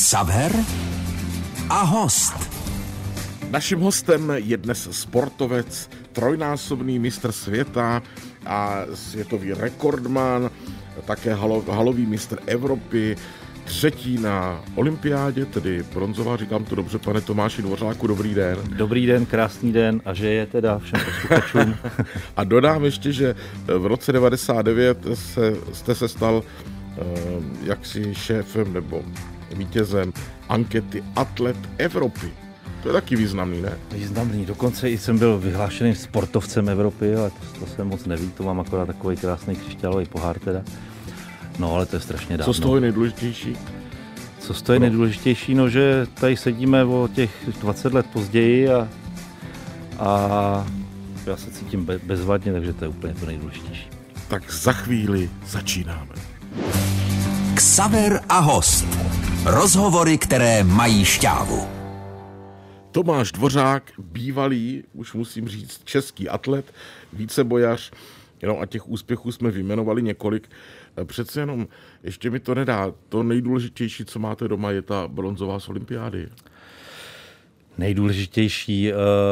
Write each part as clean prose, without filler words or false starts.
Xaver a host. Naším hostem je dnes sportovec, trojnásobný mistr světa a světový rekordman, také halový mistr Evropy, třetí na olympiádě, tedy bronzová, říkám to dobře, pane Tomáši Dvořáku, dobrý den. Dobrý den, krásný den a že je teda všem posluchačům. A dodám ještě, že v roce 99 jste se stal jaksi šéfem nebo vítězem ankety Atlet Evropy. To je taky významný, ne? Významný, dokonce i jsem byl vyhlášeným sportovcem Evropy, ale to se moc neví, to mám akorát takový krásný křišťálový pohár teda. No, ale to je strašně dávno. Co z toho je nejdůležitější? Co z toho je nejdůležitější? No, že tady sedíme o těch 20 let později a já se cítím bezvadně, takže to je úplně to nejdůležitější. Tak za chvíli začínáme. Xaver a host. Rozhovory, které mají šťávu. Tomáš Dvořák, bývalý, už musím říct, český atlet, vícebojař, a těch úspěchů jsme vyjmenovali několik. Přece jenom ještě mi to nedá. To nejdůležitější, co máte doma, je ta bronzová z olympiády. Nejdůležitější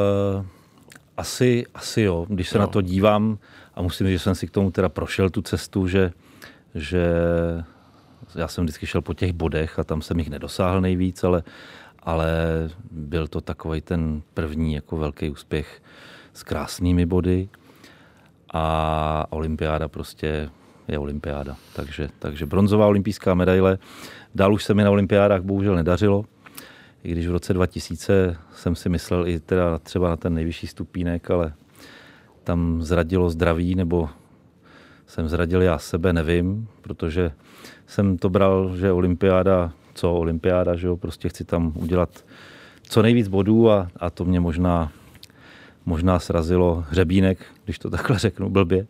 asi jo, když se na to dívám a musím říct, že jsem si k tomu teda prošel tu cestu, že já jsem vždycky šel po těch bodech a tam jsem jich nedosáhl nejvíc, ale byl to takovej ten první jako velký úspěch s krásnými body a olympiáda prostě je olympiáda. Takže bronzová olympijská medaile. Dál už se mi na olympiádách bohužel nedařilo, i když v roce 2000 jsem si myslel i teda třeba na ten nejvyšší stupínek, ale tam zradilo zdraví, nebo jsem zradil já sebe, nevím, protože jsem to bral, že olympiáda, že jo, prostě chci tam udělat co nejvíc bodů a to mě možná srazilo hřebínek, když to takhle řeknu blbě.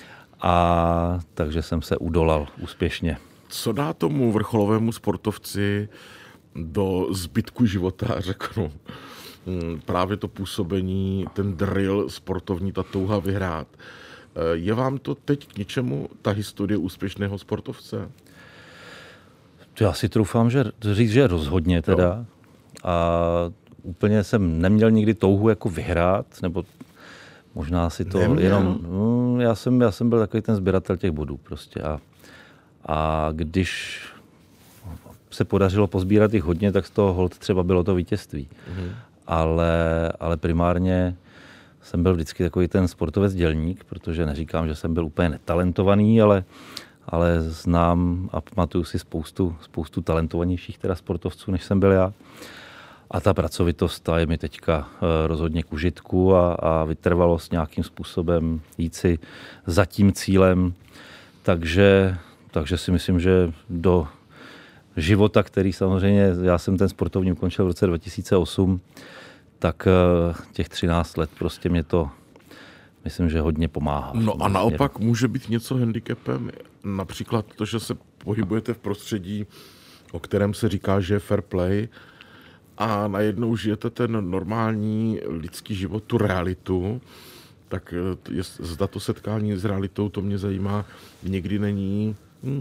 A takže jsem se udolal úspěšně. Co dá tomu vrcholovému sportovci do zbytku života, řeknu, právě to působení, ten drill sportovní, ta touha vyhrát. Je vám to teď k ničemu, ta historie úspěšného sportovce? Já si troufám říct, že rozhodně teda. Jo. A úplně jsem neměl nikdy touhu jako vyhrát, nebo možná si to jenom... Já jsem byl takový ten sběratel těch bodů prostě. A když se podařilo pozbírat jich hodně, tak z toho holt třeba bylo to vítězství. Mhm. Ale primárně jsem byl vždycky takový ten sportovec dělník, protože neříkám, že jsem byl úplně netalentovaný, ale znám a pamatuju si spoustu talentovanějších teda sportovců, než jsem byl já. A ta pracovitost ta je mi teďka rozhodně k užitku a vytrvalost nějakým způsobem jít si za tím cílem. Takže si myslím, že do života, který samozřejmě, já jsem ten sportovní ukončil v roce 2008, tak těch 13 let prostě mě to, myslím, že hodně pomáhá. No a naopak může být něco handicapem, například to, že se pohybujete v prostředí, o kterém se říká, že je fair play, a najednou žijete ten normální lidský život, tu realitu, tak zda to setkání s realitou, to mě zajímá, někdy není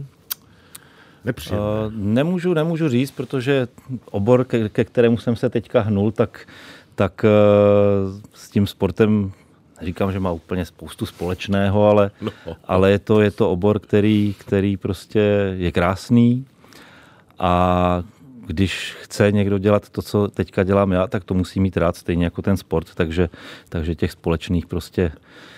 nepříjemné. Nemůžu říct, protože obor, ke kterému jsem se teďka hnul, tak s tím sportem říkám, že má úplně spoustu společného, ale je to obor, který prostě je krásný a když chce někdo dělat to, co teďka dělám já, tak to musí mít rád stejně jako ten sport, takže těch společných prostě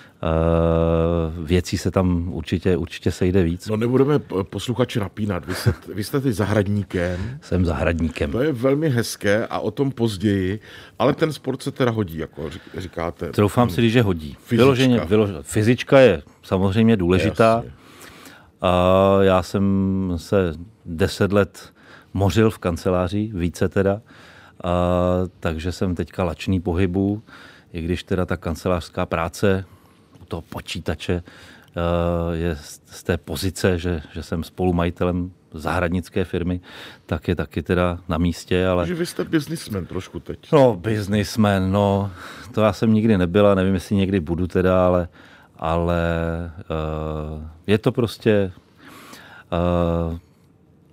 věcí se tam určitě sejde víc. No nebudeme posluchače napínat, vy jste teď zahradníkem. Jsem zahradníkem. To je velmi hezké a o tom později, ale ten sport se teda hodí, jako říkáte. Troufám si říct, že hodí. Fyzička je samozřejmě důležitá. Já jsem se 10 let mořil v kanceláři, více teda, takže jsem teďka lačný pohybu, i když teda ta kancelářská práce u toho počítače je z té pozice, že jsem spolumajitelem zahradnické firmy, tak je taky teda na místě, ale... Takže vy jste businessman trošku teď. No, businessman, to já jsem nikdy nebyl a nevím, jestli někdy budu teda, ale je to prostě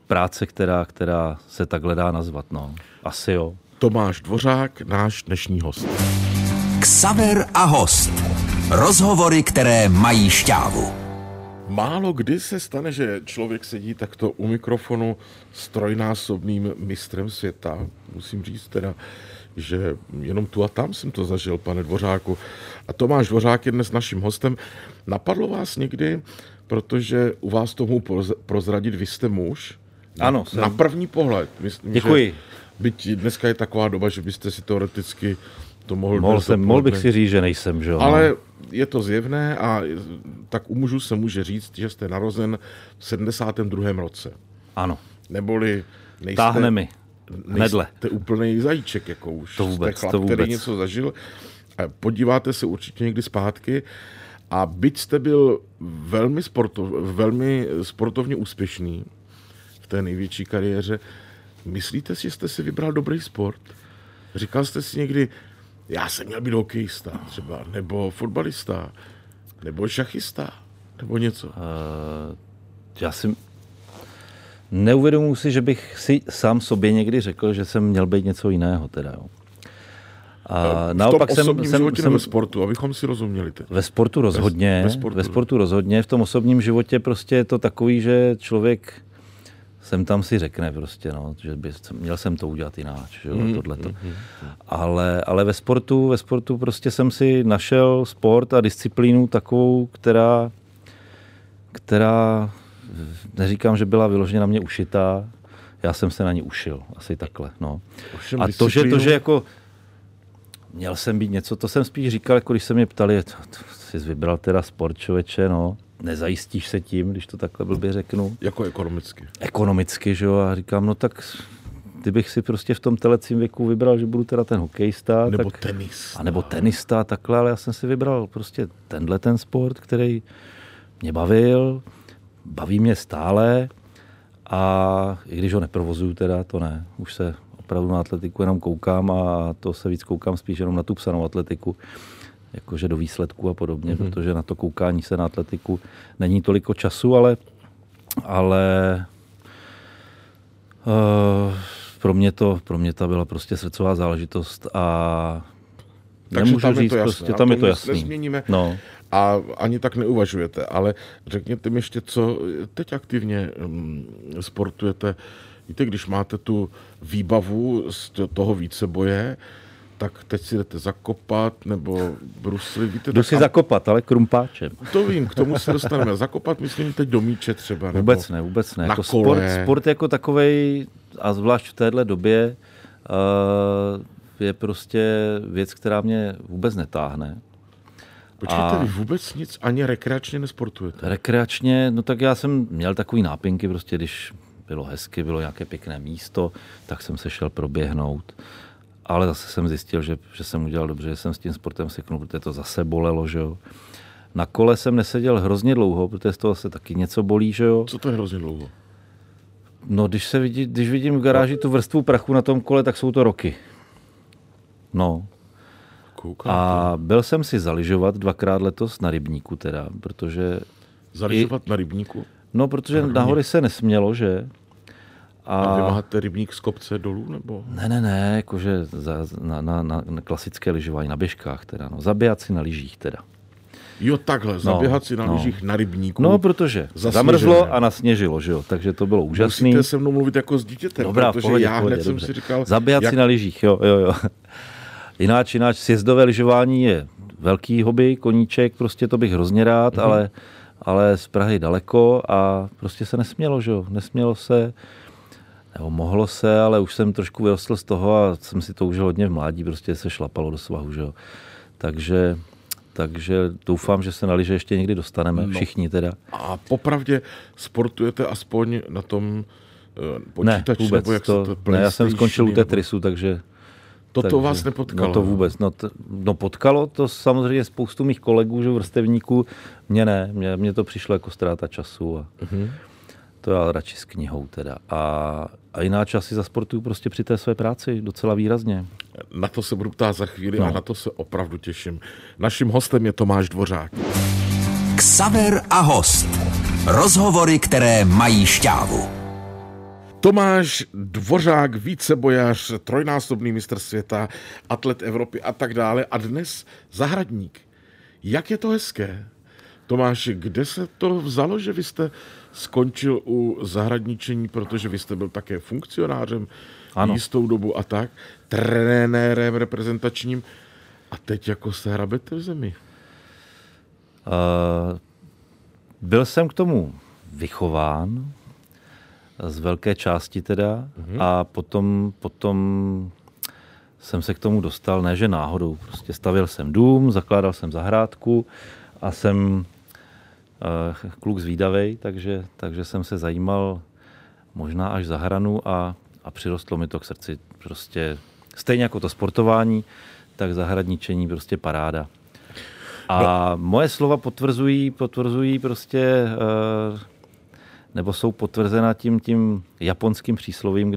práce, která se takhle dá nazvat. No. Asi jo. Tomáš Dvořák, náš dnešní host. Xaver a host. Rozhovory, které mají šťávu. Málo kdy se stane, že člověk sedí takto u mikrofonu s trojnásobným mistrem světa. Musím říct teda, že jenom tu a tam jsem to zažil, pane Dvořáku. A Tomáš Dvořák je dnes naším hostem. Napadlo vás někdy, protože u vás to mohu prozradit, vy jste muž? Ano. Na první pohled. Myslím, děkuji. Že byť dneska je taková doba, že byste si teoreticky to mohl bych si říct, že nejsem, že jo. Ale je to zjevné a tak u mužů se může říct, že jste narozen v 72. roce. Ano. Neboli táhne mi. Nejste úplný zajíček, jako už. Jste chlap, který něco zažil. Podíváte se určitě někdy zpátky a byť jste byl velmi sportovně úspěšný v té největší kariéře, myslíte si, že jste si vybral dobrý sport? Říkal jste si někdy, já jsem měl být hokejista třeba, nebo fotbalista, nebo šachista, nebo něco? Já si neuvědomuji si, že bych si sám sobě někdy řekl, že jsem měl být něco jiného teda, jo. A naopak jsem ve sportu, abychom si rozuměli. Ve sportu rozhodně, ve sportu rozhodně, v tom osobním životě prostě je to takový, že člověk sem tam si řekne prostě, no, že měl jsem to udělat jináč, že jo, tohleto. Ale ve sportu prostě jsem si našel sport a disciplínu takovou, která neříkám, že byla vyloženě na mě ušitá, já jsem se na ní ušil, asi takhle, no. A to, že jako měl jsem být něco, to jsem spíš říkal, jako když se mě ptali, jsi vybral teda sport, člověče, no, nezajistíš se tím, když to takhle blbě řeknu. Jako ekonomicky. Ekonomicky, že jo, a říkám, no tak kdybych si prostě v tom telecím věku vybral, že budu teda ten hokejista. Nebo tak, tenista. A nebo tenista, takhle, ale já jsem si vybral prostě ten sport, který mě baví mě stále a i když ho neprovozuju teda, to ne, už se opravdu na atletiku jenom koukám a to se víc koukám spíš jenom na tu psanou atletiku, jakože do výsledku a podobně, protože na to koukání se na atletiku není toliko času, ale pro mě to byla prostě srdcová záležitost a takže nemůžu říct, prostě tam je to jasný. Nezměníme no. A ani tak neuvažujete, ale řekněte mi ještě, co teď aktivně sportujete. Víte, když máte tu výbavu z toho víceboje, tak teď si jdete zakopat, nebo brusli, víte? Jdu si zakopat, ale krumpáčem. To vím, k tomu se dostaneme. Zakopat, myslím, teď do míče třeba. Vůbec ne. Jako sport jako takovej, a zvlášť v téhle době, je prostě věc, která mě vůbec netáhne. Počkejte, vy vůbec nic, ani rekreačně nesportujete? Rekreačně, no tak já jsem měl takový nápinky, prostě když bylo hezky, bylo nějaké pěkné místo, tak jsem se šel proběhnout. Ale zase jsem zjistil, že jsem udělal dobře, že jsem s tím sportem seknul, protože to zase bolelo, že jo. Na kole jsem neseděl hrozně dlouho, protože z toho se taky něco bolí, že jo. Co to je hrozně dlouho? No, když vidím v garáži tu vrstvu prachu na tom kole, tak jsou to roky. No. Koukám a byl jsem si zaližovat 2krát letos na rybníku teda, protože... Zaližovat na rybníku? No, protože nahory se nesmělo, že... A vy máte rybník z kopce dolů, nebo? Ne, jakože na klasické lyžování, na běžkách teda, no, zaběhat si na lyžích teda. Jo, takhle, zaběhat si na lyžích na rybníku. No, protože zamrzlo a nasněžilo, že jo, takže to bylo úžasný. Musíte se mnou mluvit jako s dítětem, dobrá, protože pohodě, já hned jsem si říkal... Zaběhat si na lyžích, jo. Jináč sjezdové lyžování je velký hobby, koníček, prostě to bych hrozně rád, ale z Prahy daleko a prostě se nesmělo, že jo, nesmělo se... Nebo mohlo se, ale už jsem trošku vyrostl z toho a jsem si to užil hodně v mládí, prostě se šlapalo do svahu, že jo. Takže doufám, že se na lyže ještě někdy dostaneme, všichni teda. A popravdě sportujete aspoň na tom počítači? Ne, vůbec. Nebo jak ne, já jsem skončil u Tetrisu, takže... To vás nepotkalo? No to vůbec. No potkalo to samozřejmě spoustu mých kolegů, že vrstevníků. Mě ne, mně to přišlo jako ztráta času a... To já radši s knihou teda. A jináč asi zasportuju prostě při té své práci docela výrazně. Na to se budu ptát za chvíli a na to se opravdu těším. Naším hostem je Tomáš Dvořák. Xaver a host. Rozhovory, které mají šťávu. Tomáš Dvořák, vícebojař, trojnásobný mistr světa, atlet Evropy a tak dále a dnes zahradník. Jak je to hezké. Tomáši, kde se to vzalo, že vy jste skončil u zahradničení, protože vy jste byl také funkcionářem jistou dobu a tak, trenérem reprezentačním a teď jako se hrabete v zemi? Byl jsem k tomu vychován, z velké části teda, a potom jsem se k tomu dostal, ne že náhodou, prostě stavěl jsem dům, zakládal jsem zahrádku a jsem kluk zvídavej, takže jsem se zajímal možná až za hranu a přirostlo mi to k srdci. Prostě stejně jako to sportování, tak zahradničení prostě paráda. A moje slova potvrzují prostě, nebo jsou potvrzena tím japonským příslovím,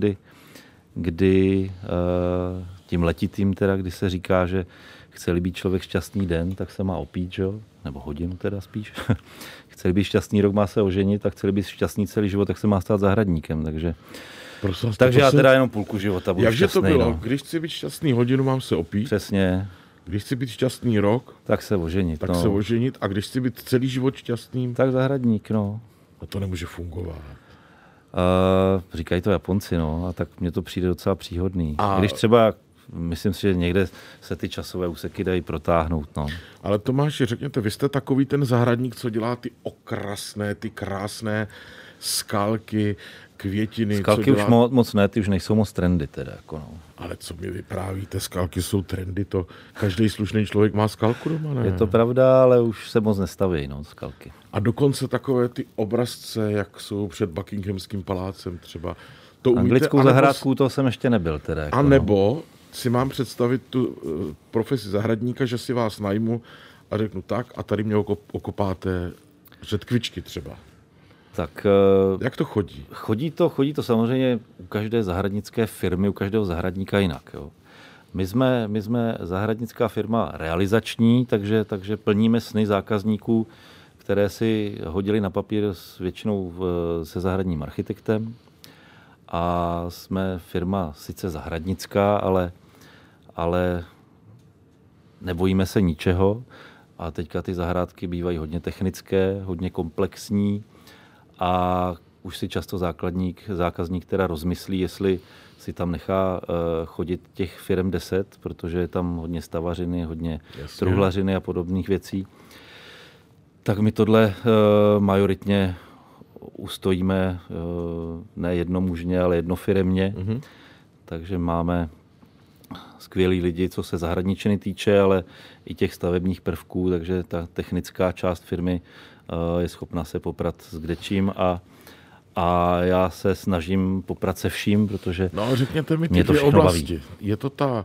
kdy tím letitým teda, kdy se říká, že chce-li být člověk šťastný den, tak se má opít, jo? Nebo hodinu teda spíš. Chce-li být šťastný rok, má se oženit, a chce-li být šťastný celý život, tak se má stát zahradníkem. Takže já teda jenom půlku života budu šťastný. Jakže to bylo? No. Když chci být šťastný hodinu, mám se opít. Přesně. Když chci být šťastný rok, tak se oženit. Se oženit. A když chci být celý život šťastným, tak zahradník, no. A to nemůže fungovat. Říkají to Japonci, no. A tak mně to přijde docela příhodný. Když třeba, myslím si, že někde se ty časové úseky dají protáhnout, no. Ale Tomáši, řekněte, vy jste takový ten zahradník, co dělá ty okrasné, ty krásné skalky, květiny. Skalky už moc ne, ty už nejsou moc trendy teda, jako no. Ale co mi vyprávíte, skalky jsou trendy, to každý slušný člověk má skalku doma, ne? Je to pravda, ale už se moc nestaví, no, skalky. A dokonce takové ty obrazce, jak jsou před Buckinghamským palácem třeba. To anglickou zahrádku, to jsem ještě nebyl teda. Jako, a nebo si mám představit tu profesi zahradníka, že si vás najmu a řeknu tak a tady mě okopáte řetkvičky třeba. Tak, jak to chodí? Chodí to samozřejmě u každé zahradnické firmy, u každého zahradníka jinak. Jo. My jsme zahradnická firma realizační, takže plníme sny zákazníků, které si hodili na papír většinou se zahradním architektem. A jsme firma sice zahradnická, ale nebojíme se ničeho. A teďka ty zahrádky bývají hodně technické, hodně komplexní. A už si často zákazník teda rozmyslí, jestli si tam nechá chodit těch firem 10, protože je tam hodně stavařiny, hodně truhlařiny a podobných věcí. Tak my tohle majoritně ustojíme ne jednomužně, ale jednofiremně. Mm-hmm. Takže máme skvělý lidi, co se zahradničiny týče, ale i těch stavebních prvků, takže ta technická část firmy je schopná se poprat s kdečím a já se snažím poprat se vším, protože no, řekněte mi ty dvě oblasti. Baví. Je to ta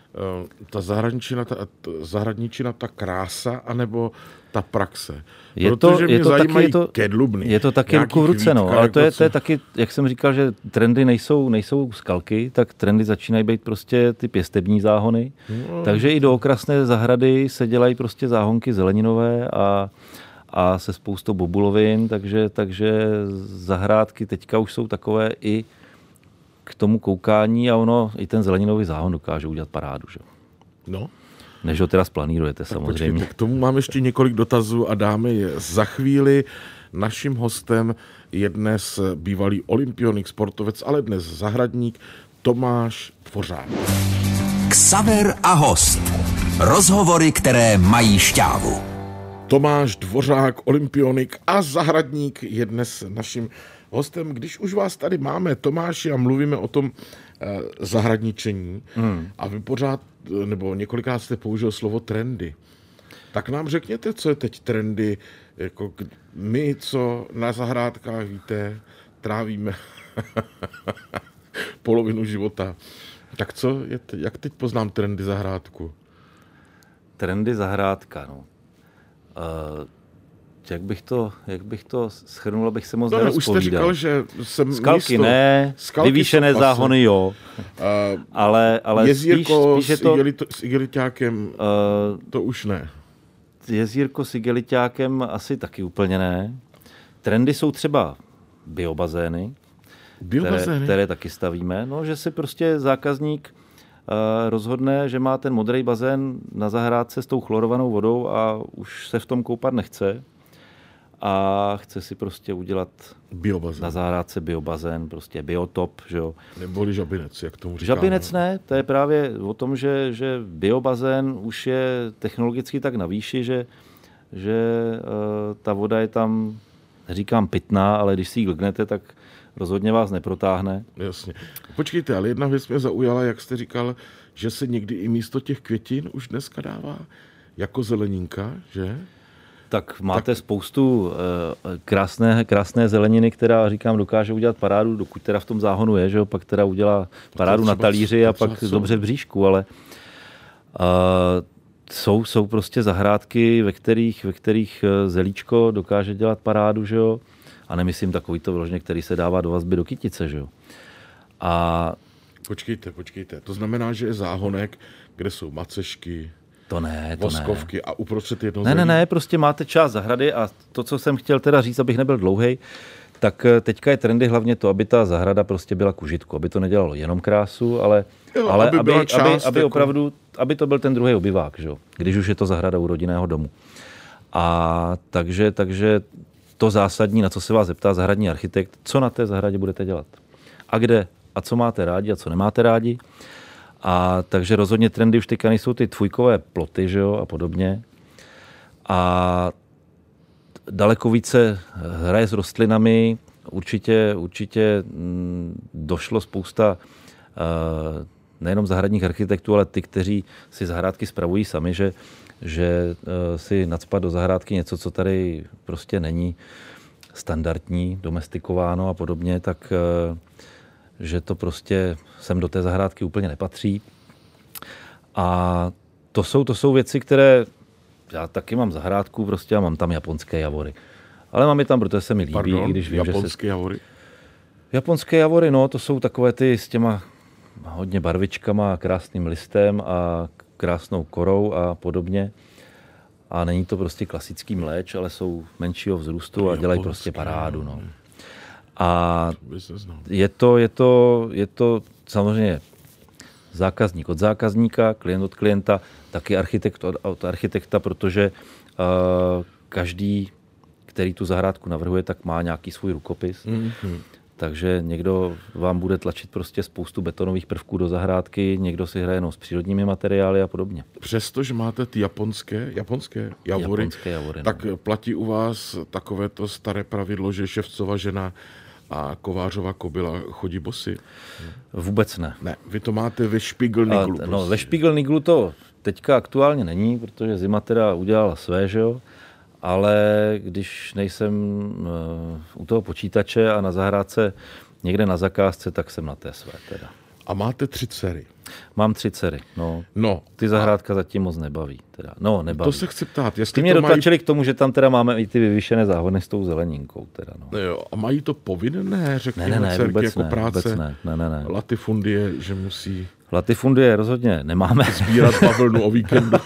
zahradničina, ta krása, anebo ta praxe? Protože mě zajímají kedlubny. Je to taky ruku v ruce, no, ale to je taky, jak jsem říkal, že trendy nejsou skalky, tak trendy začínají být prostě ty pěstební záhony. No. Takže i do okrasné zahrady se dělají prostě záhonky zeleninové a se spoustou bobulovin, takže zahrádky teďka už jsou takové i k tomu koukání a ono i ten zeleninový záhon dokáže udělat parádu. Že? No. Než ho teda splánírujete tak samozřejmě. Počkejte, k tomu mám ještě několik dotazů a dáme je za chvíli. Naším hostem je dnes bývalý olympionik, sportovec, ale dnes zahradník Tomáš Dvořák. Xaver a host. Rozhovory, které mají šťávu. Tomáš Dvořák, olympionik a zahradník je dnes naším hostem. Když už vás tady máme, Tomáši, a mluvíme o tom zahradničení a vy pořád, nebo několikrát jste použil slovo trendy, tak nám řekněte, co je teď trendy, jako my, co na zahrádkách, víte, trávíme polovinu života. Tak co je jak teď poznám trendy zahrádku? Trendy zahrádka, no. Jak bych to shrnul, abych se moc nerozpovídal. Už jste říkal, že jsem skalky ne, vyvýšené záhony jo, ale jezírko spíš je to s igeliťákem, to už ne. Jezírko s igeliťákem asi taky úplně ne. Trendy jsou třeba biobazény, které taky stavíme. No, že si prostě zákazník rozhodne, že má ten modrý bazén na zahrádce s tou chlorovanou vodou a už se v tom koupat nechce a chce si prostě udělat biobazén. Na zahrádce biobazén, prostě biotop. Že jo. Neboli žabinec, jak tomu říkáme. Žabinec ne, to je právě o tom, že biobazén už je technologicky tak na výši, že ta voda je tam, neříkám pitná, ale když si ji glknete, tak rozhodně vás neprotáhne. Jasně. Počkejte, ale jedna věc mě zaujala, jak jste říkal, že se někdy i místo těch květin už dneska dává jako zeleninka, že? Tak máte spoustu krásné zeleniny, která, říkám, dokáže udělat parádu, dokud teda v tom záhonu je, že jo, pak teda udělá parádu na talíři a pak dobře v bříšku, ale jsou prostě zahrádky, ve kterých zelíčko dokáže dělat parádu, že jo, a nemyslím takový to vyloženě, který se dává do vazby do kytice, že jo. A Počkejte. To znamená, že je záhonek, kde jsou macešky, to ne. voskovky a uprostřed jedno Ne, prostě máte část zahrady a to, co jsem chtěl teda říct, abych nebyl dlouhej, tak teďka je trendy hlavně to, aby ta zahrada prostě byla k užitku, aby to nedělalo jenom krásu, ale aby opravdu, aby to byl ten druhý obyvák, že jo, když už je to zahrada u rodinného domu. A takže to zásadní, na co se vás zeptá zahradní architekt, co na té zahradě budete dělat. A kde a co máte rádi a co nemáte rádi. A takže rozhodně trendy už teďka nejsou ty tvůjkové ploty, že jo, a podobně. A daleko více hraje s rostlinami. Určitě došlo spousta nejenom zahradních architektů, ale ty, kteří si zahrádky spravují sami, že si nacpat do zahrádky něco, co tady prostě není standardní, domestikováno a podobně, tak že to prostě sem do té zahrádky úplně nepatří. A to jsou věci, které já taky mám zahrádku prostě a mám tam japonské javory. Ale mám je tam, protože se mi líbí, i když vím, japonské javory? Japonské javory, no, to jsou takové ty s těma hodně barvičkama, krásným listem a krásnou korou a podobně. A není to prostě klasický mléč, ale jsou menšího vzrůstu a dělají prostě parádu, no. A je to samozřejmě zákazník od zákazníka, klient od klienta, taky architekt od architekta, protože každý, který tu zahrádku navrhuje, tak má nějaký svůj rukopis. Mm-hmm. Takže někdo vám bude tlačit prostě spoustu betonových prvků do zahrádky, někdo si hraje jenom s přírodními materiály a podobně. Přestože máte ty japonské javory, tak platí u vás takové to staré pravidlo, že ševcova žena a kovářova kobila chodí bosy? Vůbec ne. Ne, vy to máte ve Spiegelniglu. No, ve Spiegelniglu to teďka aktuálně není, protože zima teda udělala své, že jo? Ale když nejsem u toho počítače a na zahrádce někde na zakázce, tak jsem na té své teda. A máte 3 dcery? Mám 3 dcery, no. Ty zahrádka zatím moc nebaví. Teda. No, nebaví. To se chci ptát. Ty mě dotlačili k tomu, že tam teda máme i ty vyvýšené záhony s tou zeleninkou. Teda, no. Jo, a mají to povinné, řekněme, ne, dcerky jako práce? Vůbec ne. Latifundie, že musí... Latifundie rozhodně nemáme. Sbírat bavlnu o víkendu.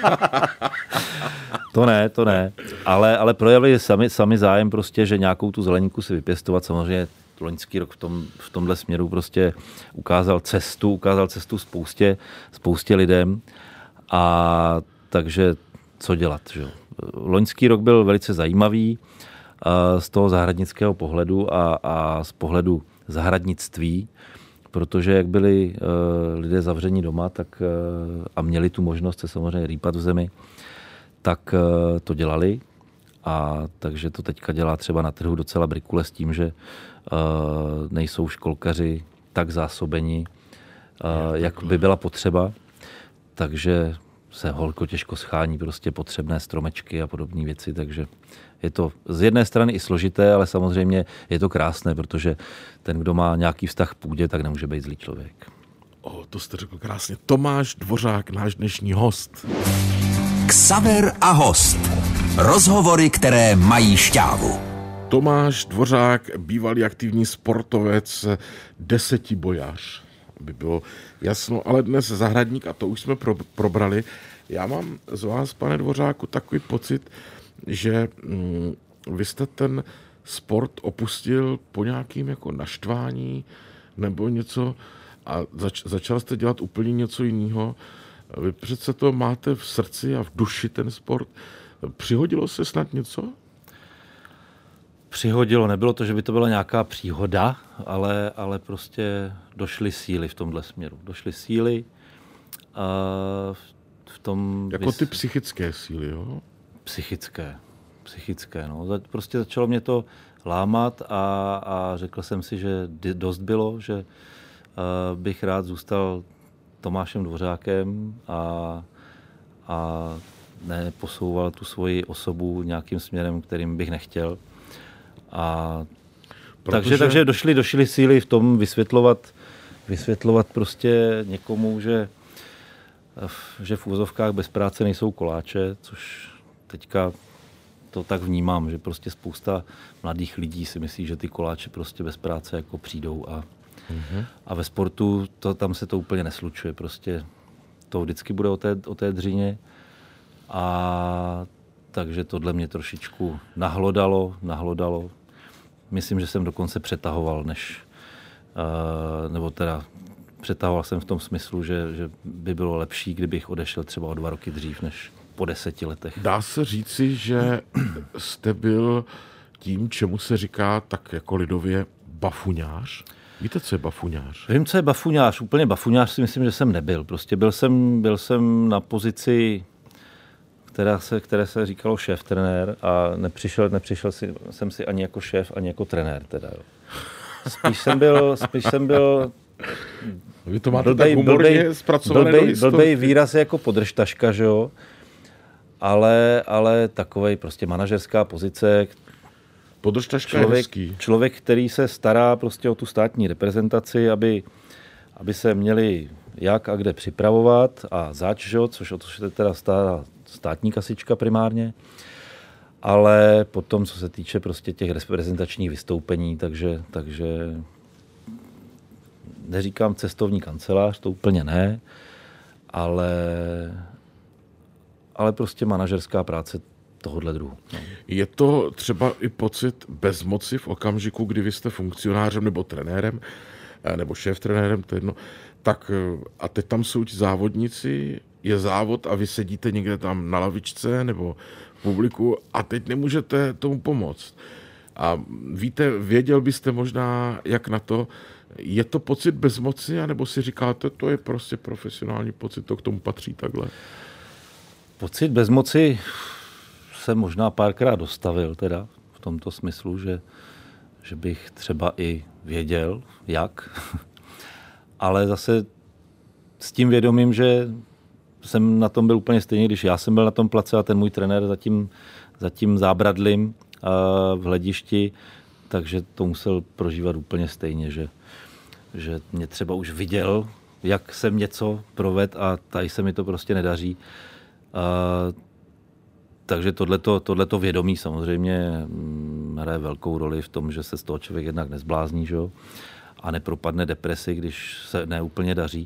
To ne. Ale projevili sami zájem prostě, že nějakou tu zeleninku si vypěstovat. Samozřejmě loňský rok v tomhle směru prostě ukázal cestu spoustě lidem. A takže co dělat, že? Loňský rok byl velice zajímavý z toho zahradnického pohledu a z pohledu zahradnictví, protože jak byli lidé zavření doma, tak a měli tu možnost se samozřejmě rýpat v zemi, tak to dělali. A takže to teďka dělá třeba na trhu docela brikule s tím, že nejsou školkaři tak zásobeni, jak by byla potřeba. Takže se holko těžko schání prostě potřebné stromečky a podobné věci, takže je to z jedné strany i složité, ale samozřejmě je to krásné, protože ten, kdo má nějaký vztah k půdě, tak nemůže být zlý člověk. To jste řekl krásně. Tomáš Dvořák, náš dnešní host. Xaver a host. Rozhovory, které mají šťávu. Tomáš Dvořák, bývalý aktivní sportovec, 10bojař, by bylo jasno, ale dnes zahradník a to už jsme probrali. Já mám z vás, pane Dvořáku, takový pocit, že vy jste ten sport opustil po nějakým jako naštvání nebo něco a začal jste dělat úplně něco jiného. Vy přece to máte v srdci a v duši ten sport. Přihodilo se snad něco? Přihodilo, nebylo to, že by to byla nějaká příhoda, ale prostě došly síly v tomhle směru. Došly síly a v tom... Jako ty psychické síly, jo? Psychické, no. Prostě začalo mě to lámat a řekl jsem si, že dost bylo, že bych rád zůstal Tomášem Dvořákem a neposouval tu svoji osobu nějakým směrem, kterým bych nechtěl. Takže došly síly v tom vysvětlovat prostě někomu, že v úvozovkách bez práce nejsou koláče, což teďka to tak vnímám, že prostě spousta mladých lidí si myslí, že ty koláče prostě bez práce jako přijdou a ve sportu tam se to úplně neslučuje. Prostě to vždycky bude o té dřině a takže tohle mě trošičku nahlodalo. Myslím, že jsem dokonce přetahoval, přetahoval jsem v tom smyslu, že by bylo lepší, kdybych odešel třeba o 2 roky dřív, než po 10 letech. Dá se říci, že jste byl tím, čemu se říká tak jako lidově bafuňář? Víte, co je bafuňář? Vím, co je bafuňář. Úplně bafuňář si myslím, že jsem nebyl. Prostě byl jsem na pozici, které se říkalo šéf-trenér a nepřišel jsem si ani jako šéf, ani jako trenér. Teda, jo. Spíš jsem byl vy to máte tak humorně zpracované do historky. Blbej výraz jako podržtaška, že jo? Ale takovej prostě manažerská pozice. Podržtaška je hezký. Člověk, který se stará prostě o tu státní reprezentaci, aby se měli jak a kde připravovat a zač, že jo? Což je teda státní kasička primárně. Ale potom, co se týče prostě těch reprezentačních vystoupení, takže neříkám cestovní kancelář, to úplně ne, ale prostě manažerská práce tohohle druhu. No. Je to třeba i pocit bezmoci v okamžiku, kdy vy jste funkcionářem nebo trenérem, nebo šéf-trenérem, to jedno, tak a teď tam jsou ti závodníci, je závod a vy sedíte někde tam na lavičce nebo v publiku a teď nemůžete tomu pomoct. A věděl byste možná, jak na to, je to pocit bezmoci, anebo si říkáte, to je prostě profesionální pocit, to k tomu patří takhle? Pocit bezmoci jsem možná párkrát dostavil teda v tomto smyslu, že bych třeba i věděl, jak, ale zase s tím vědomím, že jsem na tom byl úplně stejně, když já jsem byl na tom place a ten můj trenér za tím zábradlím v hledišti, takže to musel prožívat úplně stejně, že mě třeba už viděl, jak jsem něco provedl a tady se mi to prostě nedaří. Takže tohleto vědomí samozřejmě hraje velkou roli v tom, že se z toho člověk jednak nezblázní, že jo? A nepropadne depresi, když se neúplně daří.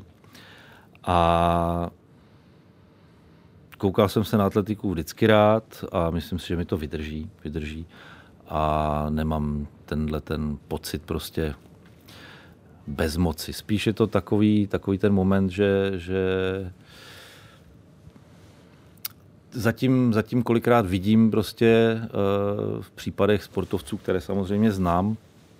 A koukal jsem se na atletiku vždycky rád a myslím si, že mi to vydrží. A nemám ten pocit prostě bezmoci. Spíš je to takový ten moment, že zatím kolikrát vidím prostě v případech sportovců, které samozřejmě znám,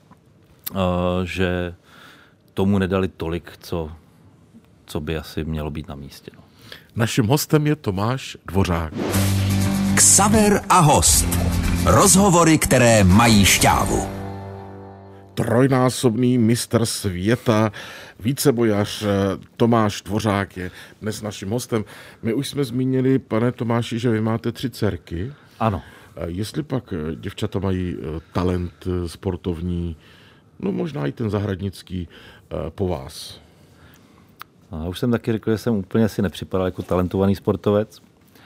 že tomu nedali tolik, co by asi mělo být na místě. No. Naším hostem je Tomáš Dvořák. Xaver a host. Rozhovory, které mají šťávu. Trojnásobný mistr světa, vícebojař Tomáš Dvořák je dnes naším hostem. My už jsme zmínili, pane Tomáši, že vy máte 3 dcerky. Ano. Jestli pak děvčata mají talent sportovní, no možná i ten zahradnický po vás. Já už jsem taky řekl, že jsem úplně si nepřipadal jako talentovaný sportovec.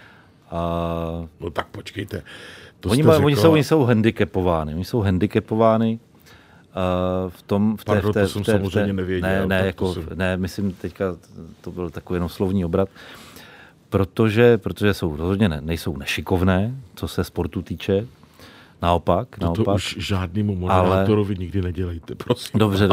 No tak počkejte. Oni jsou handicapovány. To jsem samozřejmě nevěděl. Ne, myslím teďka, to byl takový jenom slovní obrat, protože jsou rozhodně nejsou nešikovné, co se sportu týče, Naopak. To už žádnému moderátorovi nikdy nedělejte, prosím. Dobře.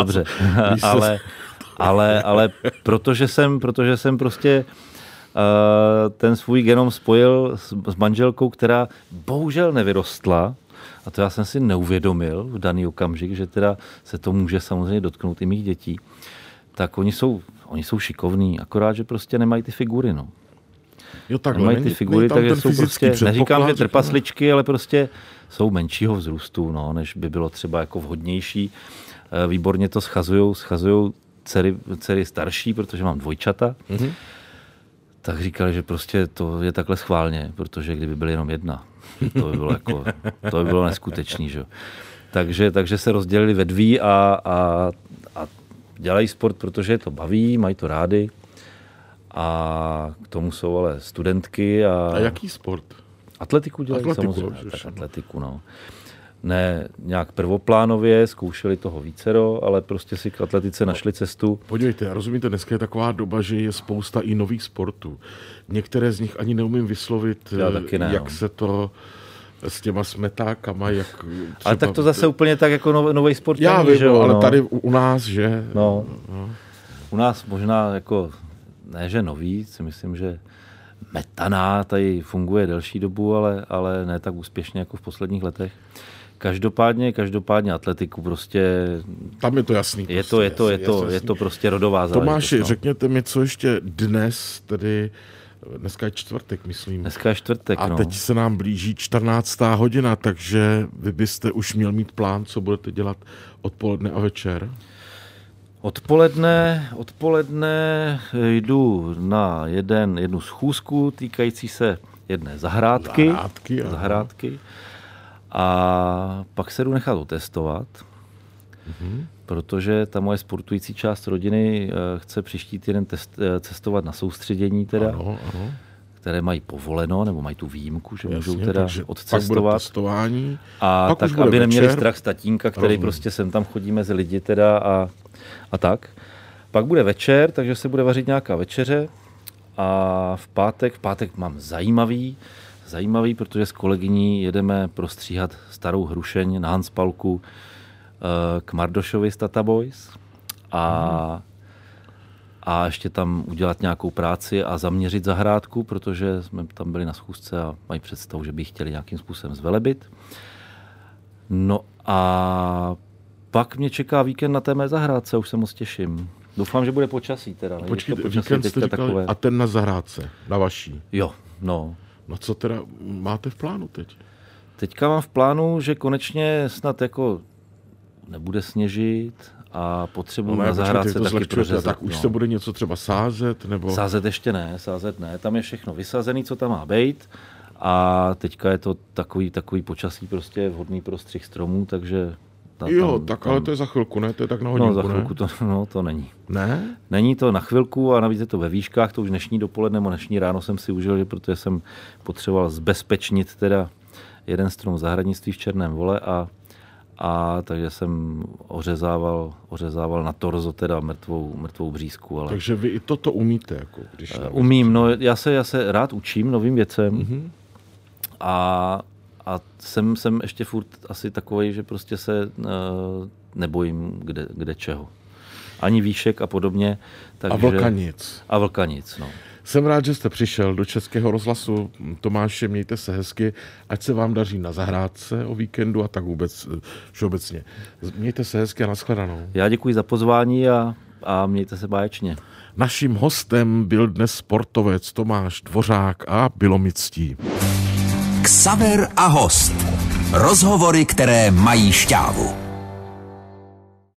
ale protože jsem prostě ten svůj genom spojil s manželkou, která bohužel nevyrostla, a to já jsem si neuvědomil v daný okamžik, že teda se to může samozřejmě dotknout i mých dětí, tak oni jsou šikovní, akorát, že prostě nemají ty figury, no. Jo, takhle, nemají ty figury, takže jsou prostě, neříkám, že trpasličky, ale prostě jsou menšího vzrůstu, no, než by bylo třeba jako vhodnější. Výborně to schazujou dcery starší, protože mám dvojčata. Mm-hmm. Tak říkali, že prostě to je takhle schválně, protože kdyby byly jenom jedna, to by bylo neskutečný, že? Takže se rozdělili ve dví a dělají sport, protože je to baví, mají to rádi. A k tomu jsou ale studentky. A jaký sport? Atletiku dělají samozřejmě. Tak atletiku, no. Ne nějak prvoplánově, zkoušeli toho vícero, ale prostě si k atletice našli cestu. Podívejte, rozumíte, dneska je taková doba, že je spousta i nových sportů. Některé z nich ani neumím vyslovit, jak se to s těma smetákama, jak třeba... Ale tak to zase úplně tak jako nový sport. Já vím, že ale tady u nás, že... No. U nás možná jako, ne že nový, si myslím, že metaná tady funguje delší dobu, ale ne tak úspěšně jako v posledních letech. Každopádně atletiku prostě... Tam je to jasný. Je to prostě rodová záležitost. Tomáši, řekněte mi, co ještě dnes, tedy dneska je čtvrtek, myslím. Dneska je čtvrtek, a teď se nám blíží 14. hodina, takže vy byste už měl mít plán, co budete dělat odpoledne a večer? Odpoledne jdu na jednu schůzku týkající se jedné zahrádky. A pak se jdu nechat otestovat, protože ta moje sportující část rodiny chce příští týden cestovat na soustředění teda, ano. Které mají povoleno, nebo mají tu výjimku, že můžou teda odcestovat. A pak tak, aby neměli strach z tatínka, který prostě sem tam chodí mezi lidi teda a tak. Pak bude večer, takže se bude vařit nějaká večeře a v pátek mám zajímavý, protože s kolegyní jedeme prostříhat starou hrušeň na Hanspalku k Mardošovi z Tata Boys a ještě tam udělat nějakou práci a zaměřit zahrádku, protože jsme tam byli na schůzce a mají představu, že by chtěli nějakým způsobem zvelebit. No a pak mě čeká víkend na té mé zahrádce, už se moc těším. Doufám, že bude počasí teda. Počkejte, víkend jste říkali, takové... a ten na zahrádce, na vaší? Jo, no. No co teda máte v plánu teď? Teďka mám v plánu, že konečně snad jako nebude sněžit a potřebuji na zahrádce taky prořezat. Tak už se bude něco třeba sázet? Nebo... Sázet ještě ne. Tam je všechno vysazený, co tam má být. A teďka je to takový počasí prostě vhodný pro střih stromů, takže... Ale to je za chvilku, ne? To je tak na hodinku, za chvilku to není. Ne? Není to na chvilku a navíc je to ve výškách, to už dnešní dopoledne nebo dnešní ráno jsem si užil, že protože jsem potřeboval zbezpečnit teda jeden strom v zahradnictví v Černém Vole a takže jsem ořezával na torzo teda mrtvou břízku. Ale... Takže vy i toto umíte? Jako, když umím, no já se rád učím novým věcem a jsem ještě furt asi takovej, že prostě se nebojím kde čeho. Ani výšek a podobně. Takže... A vlkanic, no. Jsem rád, že jste přišel do Českého rozhlasu. Tomáše, mějte se hezky, ať se vám daří na zahrádce o víkendu a tak vůbec všeobecně. Mějte se hezky a nashledanou. Já děkuji za pozvání a mějte se báječně. Naším hostem byl dnes sportovec Tomáš Dvořák a bylo mi ctí. Xaver a host. Rozhovory, které mají šťávu.